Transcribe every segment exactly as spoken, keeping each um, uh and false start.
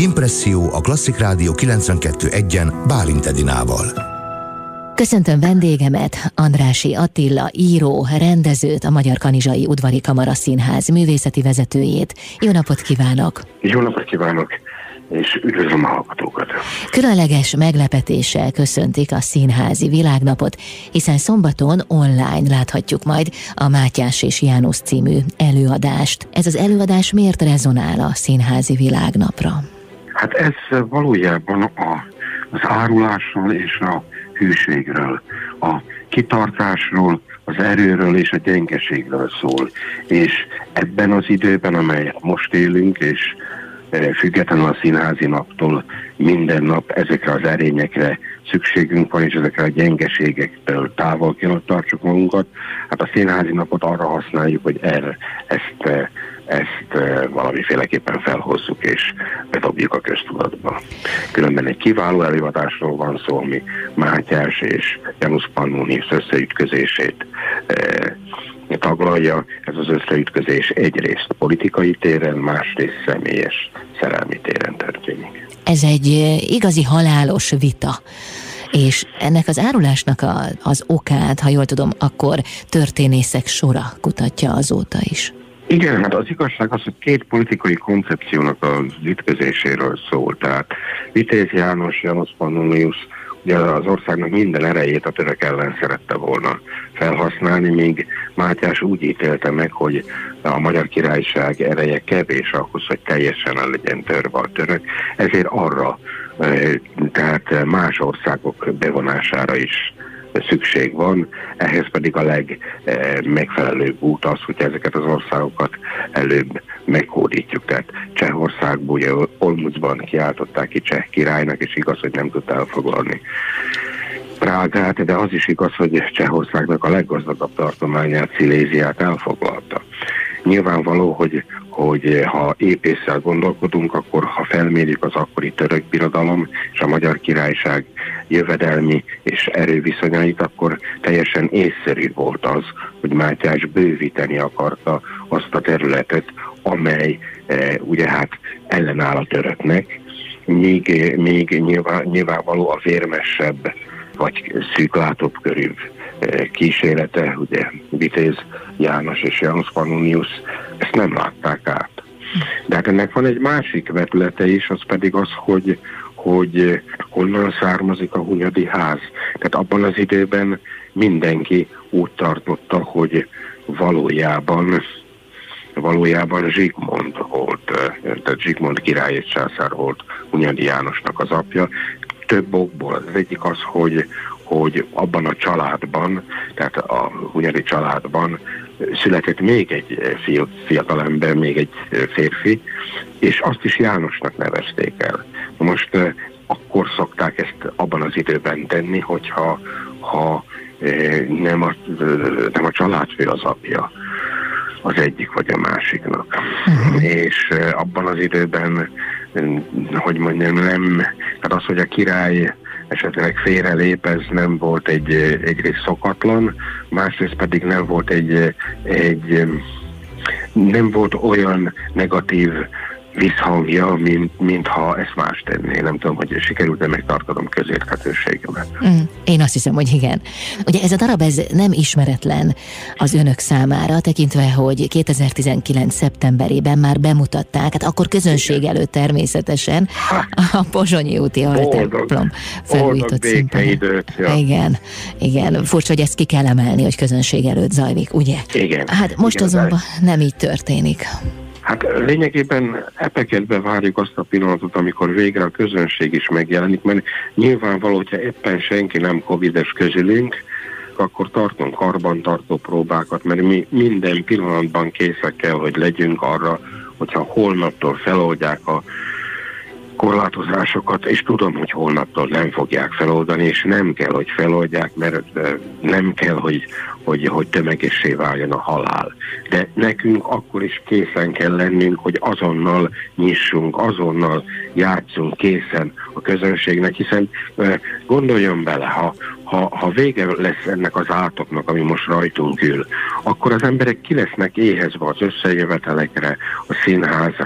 Impresszió a Klasszik Rádió kilencvenkettő egyen Bálint Edinával. Köszöntöm vendégemet, Andrássy Attila, író, rendezőt, a Magyar Kanizsai Udvari Kamara Színház művészeti vezetőjét. Jó napot kívánok! Jó napot kívánok, és üdvözlöm a hallgatókat! Különleges meglepetéssel köszöntik a Színházi Világnapot, hiszen szombaton online láthatjuk majd a Mátyás és János című előadást. Ez az előadás miért rezonál a Színházi Világnapra? Hát ez valójában a, az árulásról és a hűségről, a kitartásról, az erőről és a gyengeségről szól. És ebben az időben, amelyet most élünk, és függetlenül a Színházi Naptól minden nap ezekre az erényekre szükségünk van, és ezekre a gyengeségektől távol kell tartsuk magunkat. Hát a Színházi Napot arra használjuk, hogy erre, ezt, ezt valamiféleképpen felhozzuk és bedobjuk a köztudatba. Különben egy kiváló előadásról van szó, ami Mátyás és Janus Pannonius összeütközését taglalja. Ez az összeütközés egyrészt politikai téren, másrészt személyes szerelmi téren történik. Ez egy igazi halálos vita, és ennek az árulásnak a, az okát, ha jól tudom, akkor történészek sora kutatja azóta is. Igen, hát az igazság az, hogy két politikai koncepciónak az ütközéséről szól. Tehát Vitéz János, Janus Pannonius ugye az országnak minden erejét a török ellen szerette volna felhasználni, míg Mátyás úgy ítélte meg, hogy a Magyar Királyság ereje kevés ahhoz, hogy teljesen el legyen törve a török, ezért arra, tehát más országok bevonására is szükség van, ehhez pedig a legmegfelelőbb út az, hogy ezeket az országokat előbb meghódítjuk. Tehát Csehországból, ugye Olmützban kiáltották ki Cseh királynak, és igaz, hogy nem tudta elfoglalni Prágát, de az is igaz, hogy Csehországnak a leggazdagabb tartományát, Sziléziát elfoglalta. Nyilvánvaló, hogy, hogy ha épésszel gondolkodunk, akkor ha felmérjük az akkori török birodalom és a Magyar Királyság jövedelmi és erőviszonyait, akkor teljesen észszerű volt az, hogy Mátyás bővíteni akarta azt a területet, amely e, ugye hát ellenáll a töröknek, míg, míg nyilván, nyilvánvaló a vérmesebb vagy szűklátóbb körű kísérlete, ugye Vitéz János és Janus Pannonius ezt nem látták át. De hát ennek van egy másik vetülete is, az pedig az, hogy, hogy honnan származik a Hunyadi ház. Tehát abban az időben mindenki úgy tartotta, hogy valójában valójában Zsigmond volt, tehát Zsigmond király és császár volt Hunyadi Jánosnak az apja. Több okból. Az egyik az, hogy, hogy abban a családban, tehát a Hunyadi családban született még egy fiatalember, még egy férfi, és azt is Jánosnak nevezték el. Most akkor szokták ezt abban az időben tenni, hogyha ha nem, a, nem a családfő az apja az egyik vagy a másiknak. Uh-huh. És abban az időben, hogy mondjam, nem, hát az, hogy a király esetleg félrelép, ez nem volt egy, egyrészt szokatlan, másrészt pedig nem volt egy, egy nem volt olyan negatív visszhangja, mint, mintha ezt más tenné. Nem tudom, hogy sikerült-e megtartanom közérthetőségemet. Mm, én azt hiszem, hogy igen. Ugye ez a darab ez nem ismeretlen az önök számára, tekintve, hogy kétezer-tizenkilenc szeptemberében már bemutatták, hát akkor közönség előtt természetesen a Pozsonyi úti Altemplom felújított színpadon. Ja. Igen, igen. Furcsa, hogy ezt ki kell emelni, hogy közönség előtt zajlik, ugye? Igen. Hát most igen, azonban nem így történik. Hát lényegében epekedve várjuk azt a pillanatot, amikor végre a közönség is megjelenik, mert nyilvánvaló, hogyha éppen senki nem covides közülünk, akkor tartunk karbantartó próbákat, mert mi minden pillanatban készek kell, hogy legyünk arra, hogyha holnaptól feloldják a korlátozásokat, és tudom, hogy holnaptól nem fogják feloldani, és nem kell, hogy feloldják, mert nem kell, hogy, hogy, hogy tömegessé váljon a halál. De nekünk akkor is készen kell lennünk, hogy azonnal nyissunk, azonnal játszunk készen a közönségnek, hiszen gondoljon bele, ha, ha, ha vége lesz ennek az átoknak, ami most rajtunk ül, akkor az emberek ki lesznek éhezve az összejövetelekre, a színházra,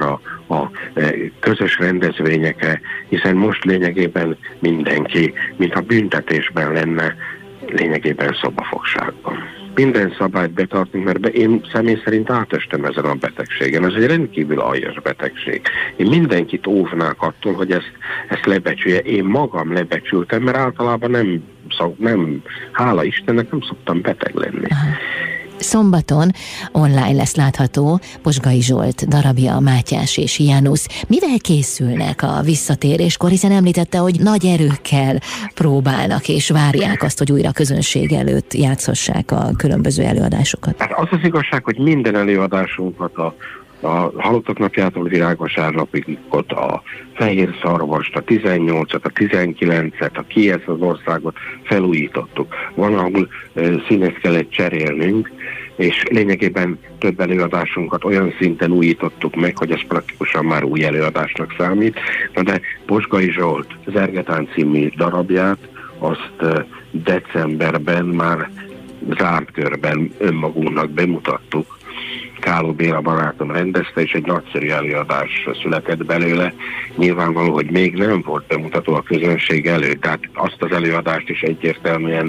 a közös rendezvényekre, hiszen most lényegében mindenki, mintha büntetésben lenne, lényegében szobafogságban. Minden szabályt betartunk, mert be, én személy szerint átestem ezen a betegségen. Ez egy rendkívül aljas betegség. Én mindenkit óvnák attól, hogy ezt, ezt lebecsülje. Én magam lebecsültem, mert általában nem, szok, nem hála Istennek nem szoktam beteg lenni. Aha. Szombaton online lesz látható Posgai Zsolt darabja, Mátyás és Jánusz. Mivel készülnek a visszatéréskor, hiszen említette, hogy nagy erőkkel próbálnak és várják azt, hogy újra közönség előtt játszhassák a különböző előadásokat? Hát az az igazság, hogy minden előadásunkat a a Halottak napjától Virágvasárnapig ott a Fehér Szarvast, a tizennyolcat, a tizenkilencet, a Ki ez az országot felújítottuk. Van, ahol e, színezt kellett cserélnünk, és lényegében több előadásunkat olyan szinten újítottuk meg, hogy ez praktikusan már új előadásnak számít. Na de Posgai Zsolt Zergetán című darabját azt e, decemberben már zárt körben önmagunknak bemutattuk. Káló Béla barátom rendezte, és egy nagyszerű előadás született belőle. Nyilvánvaló, hogy még nem volt bemutató a közönség előtt, tehát azt az előadást is egyértelműen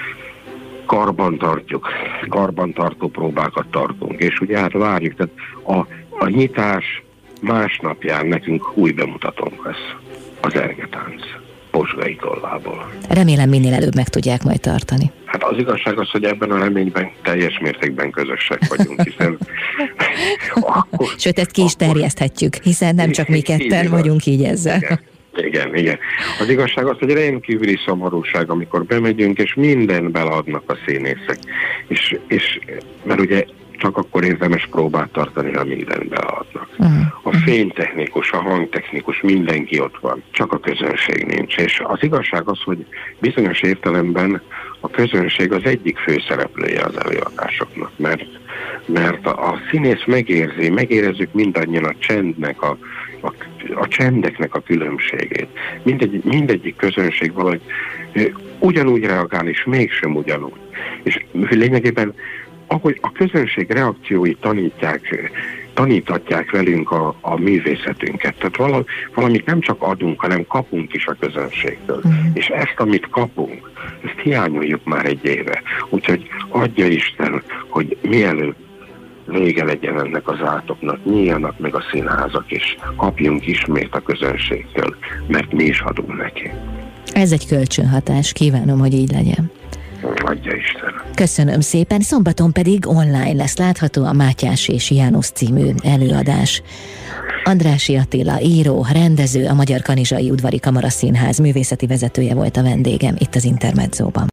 karban tartjuk, karbantartó próbákat tartunk, és ugye hát várjuk, tehát a, a nyitás másnapján nekünk új bemutatónk lesz, az Ergetánc Posgai tollából. Remélem minél előbb meg tudják majd tartani. Hát az igazság az, hogy ebben a reményben teljes mértékben közösek vagyunk, hiszen akkor, sőt, ezt ki is akkor, terjeszthetjük, hiszen nem csak mi ketten így vagyunk így ezzel. Igen, igen, igen. Az igazság az, hogy rendkívüli szomorúság, amikor bemegyünk, és minden beleadnak a színészek. És, és mert ugye csak akkor érdemes próbát tartani, ha mindent beleadnak. Uh-huh. A fénytechnikus, a hangtechnikus, mindenki ott van, csak a közönség nincs. És az igazság az, hogy bizonyos értelemben a közönség az egyik főszereplője az előadásoknak, mert, mert a, a színész megérzi, megérezzük mindannyian a csendnek, a, a, a csendeknek a különbségét. Mindegy, mindegyik közönség valahogy ugyanúgy reagál, és mégsem ugyanúgy. És lényegében ahogy a közönség reakcióit tanítják, tanítatják velünk a, a művészetünket. Tehát vala, valamit nem csak adunk, hanem kapunk is a közönségtől. Uh-huh. És ezt, amit kapunk, ezt hiányoljuk már egy éve. Úgyhogy adja Isten, hogy mielőtt vége legyen ennek az átoknak, nyíljanak meg a színházak, és kapjunk ismét a közönségtől, mert mi is adunk neki. Ez egy kölcsönhatás, kívánom, hogy így legyen. Adja Isten. Köszönöm szépen, szombaton pedig online lesz látható a Mátyás és Jánusz című előadás. Andrássy Attila, író, rendező, a Magyar Kanizsai Udvari Kamaraszínház művészeti vezetője volt a vendégem itt az Intermedzóban.